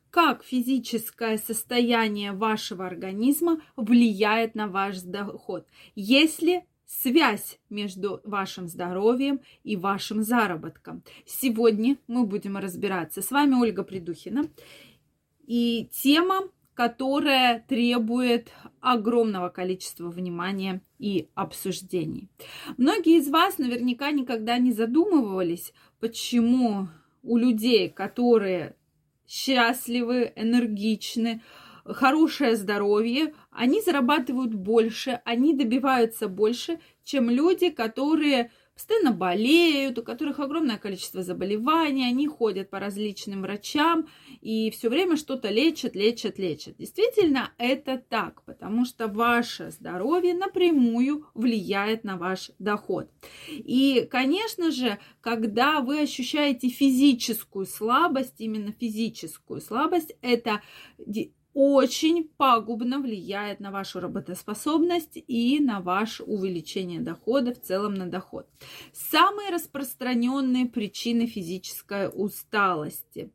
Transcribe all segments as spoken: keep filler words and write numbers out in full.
как физическое состояние вашего организма влияет на ваш доход. Есть ли связь между вашим здоровьем и вашим заработком? Сегодня мы будем разбираться. С вами Ольга Придухина. И тема, которая требует огромного количества внимания и обсуждений. Многие из вас наверняка никогда не задумывались, почему у людей, которые счастливы, энергичны, хорошее здоровье, они зарабатывают больше, они добиваются больше, чем люди, которые постоянно болеют, у которых огромное количество заболеваний, они ходят по различным врачам и все время что-то лечат, лечат, лечат. Действительно, это так, потому что ваше здоровье напрямую влияет на ваш доход. И, конечно же, когда вы ощущаете физическую слабость, именно физическую слабость, это очень пагубно влияет на вашу работоспособность и на ваше увеличение дохода, в целом на доход. Самые распространенные причины физической усталости.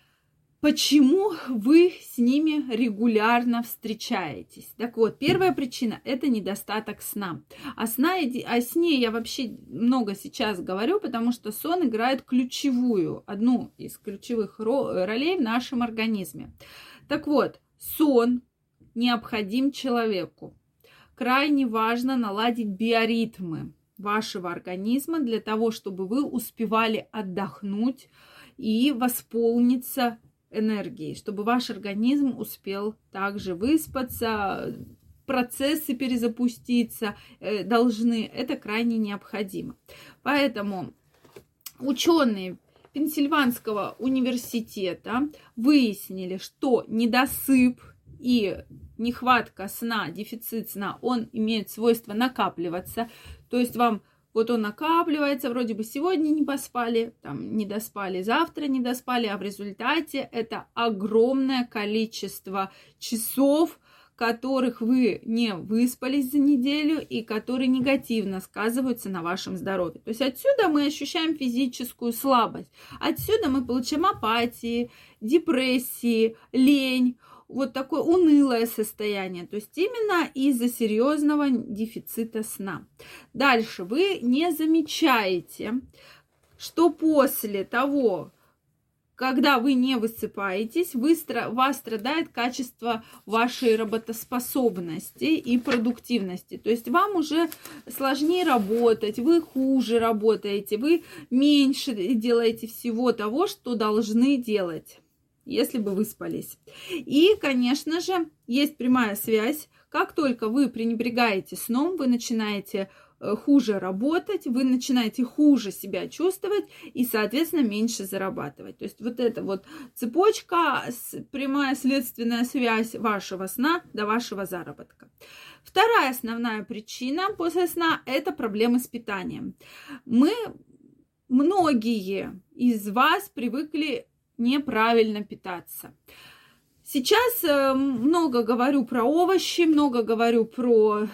Почему вы с ними регулярно встречаетесь? Так вот, первая причина – это недостаток сна. О, сна, о сне я вообще много сейчас говорю, потому что сон играет ключевую, одну из ключевых ролей в нашем организме. Так вот, сон необходим человеку. Крайне важно наладить биоритмы вашего организма для того, чтобы вы успевали отдохнуть и восполниться энергией, чтобы ваш организм успел также выспаться, процессы перезапуститься должны. Это крайне необходимо. Поэтому ученые Пенсильванского университета выяснили, что недосып и нехватка сна, дефицит сна, он имеет свойство накапливаться. То есть вам вот он накапливается, вроде бы сегодня не поспали, там не доспали, завтра не доспали, а в результате это огромное количество часов, которых вы не выспались за неделю и которые негативно сказываются на вашем здоровье. То есть отсюда мы ощущаем физическую слабость. Отсюда мы получаем апатии, депрессии, лень, вот такое унылое состояние. То есть именно из-за серьезного дефицита сна. Дальше вы не замечаете, что после того, когда вы не высыпаетесь, вы, у вас страдает качество вашей работоспособности и продуктивности. То есть вам уже сложнее работать, вы хуже работаете, вы меньше делаете всего того, что должны делать, если бы выспались. И, конечно же, есть прямая связь. Как только вы пренебрегаете сном, вы начинаете хуже работать, вы начинаете хуже себя чувствовать и, соответственно, меньше зарабатывать. То есть вот эта вот цепочка, прямая следственная связь вашего сна до вашего заработка. Вторая основная причина после сна – это проблемы с питанием. Мы, многие из вас привыкли неправильно питаться. Сейчас много говорю про овощи, много говорю про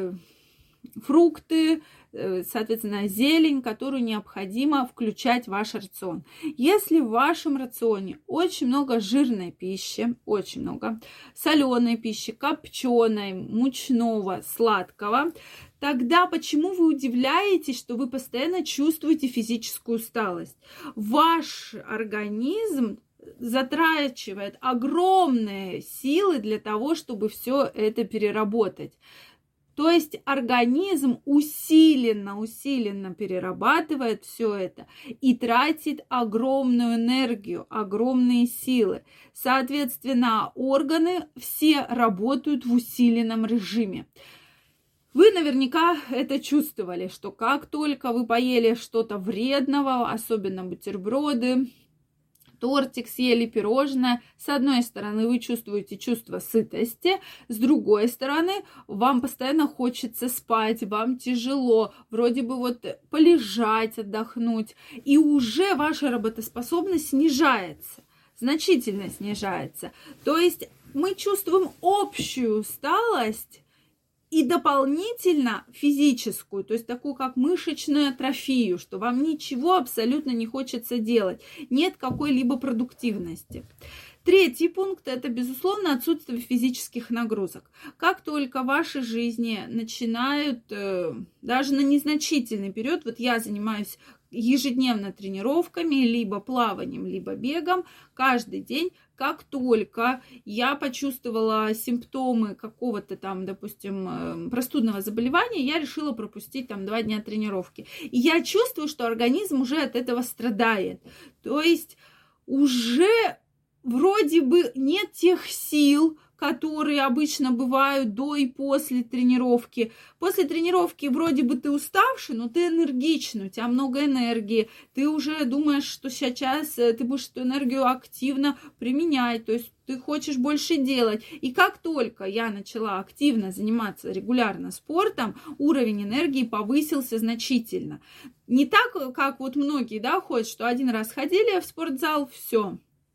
фрукты, соответственно, зелень, которую необходимо включать в ваш рацион. Если в вашем рационе очень много жирной пищи, очень много соленой пищи, копченой, мучного, сладкого, тогда почему вы удивляетесь, что вы постоянно чувствуете физическую усталость? Ваш организм затрачивает огромные силы для того, чтобы все это переработать. То есть организм усиленно, усиленно перерабатывает все это и тратит огромную энергию, огромные силы. Соответственно, органы все работают в усиленном режиме. Вы наверняка это чувствовали, что как только вы поели что-то вредного, особенно бутерброды, тортик съели, пирожное. С одной стороны, вы чувствуете чувство сытости, с другой стороны, вам постоянно хочется спать, вам тяжело, вроде бы вот полежать, отдохнуть, и уже ваша работоспособность снижается, значительно снижается. То есть мы чувствуем общую усталость и дополнительно физическую, то есть такую как мышечную атрофию, что вам ничего абсолютно не хочется делать, нет какой-либо продуктивности. Третий пункт – это, безусловно, отсутствие физических нагрузок. Как только в вашей жизни начинают, э, даже на незначительный период, вот я занимаюсь ежедневно тренировками, либо плаванием, либо бегом каждый день, как только я почувствовала симптомы какого-то там, допустим, простудного заболевания, я решила пропустить там два дня тренировки. И я чувствую, что организм уже от этого страдает. То есть уже вроде бы нет тех сил, которые обычно бывают до и после тренировки. После тренировки вроде бы ты уставший, но ты энергичный, у тебя много энергии. Ты уже думаешь, что сейчас ты будешь эту энергию активно применять, то есть ты хочешь больше делать. И как только я начала активно заниматься регулярно спортом, уровень энергии повысился значительно. Не так, как вот многие, да, ходят, что один раз ходили в спортзал, все.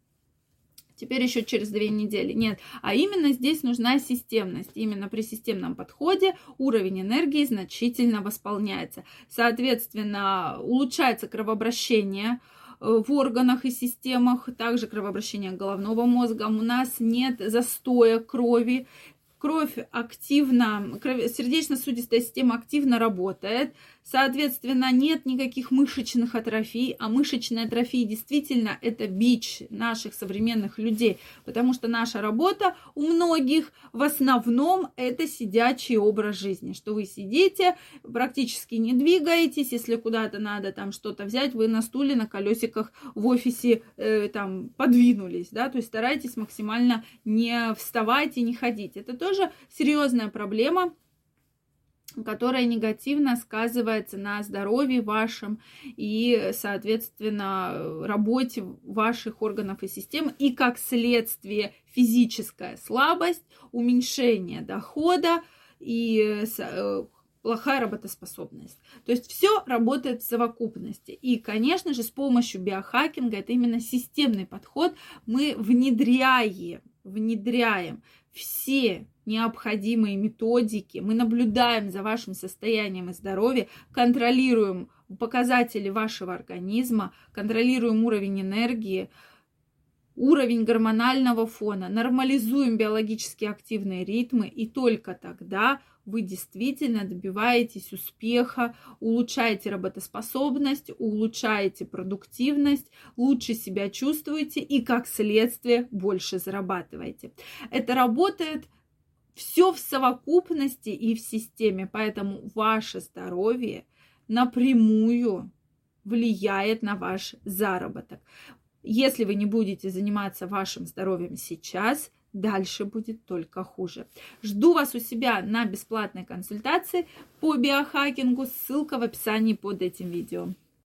Теперь еще через две недели. Нет, а именно здесь нужна системность. Именно при системном подходе уровень энергии значительно восполняется. Соответственно, улучшается кровообращение в органах и системах, также кровообращение головного мозга. У нас нет застоя крови. Кровь активно, сердечно-сосудистая система активно работает. Соответственно, нет никаких мышечных атрофий, а мышечная атрофия действительно это бич наших современных людей, потому что наша работа у многих в основном это сидячий образ жизни, что вы сидите, практически не двигаетесь, если куда-то надо там что-то взять, вы на стуле, на колесиках в офисе э, там подвинулись, да, то есть старайтесь максимально не вставать и не ходить. Это тоже серьезная проблема, которая негативно сказывается на здоровье вашем и, соответственно, работе ваших органов и систем, и как следствие физическая слабость, уменьшение дохода и плохая работоспособность. То есть все работает в совокупности. И, конечно же, с помощью биохакинга, это именно системный подход, мы внедряем, внедряем все необходимые методики, мы наблюдаем за вашим состоянием и здоровьем, контролируем показатели вашего организма, контролируем уровень энергии, уровень гормонального фона, нормализуем биологически активные ритмы, и только тогда вы действительно добиваетесь успеха, улучшаете работоспособность, улучшаете продуктивность, лучше себя чувствуете и, как следствие, больше зарабатываете. Это работает все в совокупности и в системе, поэтому ваше здоровье напрямую влияет на ваш заработок. Если вы не будете заниматься вашим здоровьем сейчас, дальше будет только хуже. Жду вас у себя на бесплатной консультации по биохакингу. Ссылка в описании под этим видео.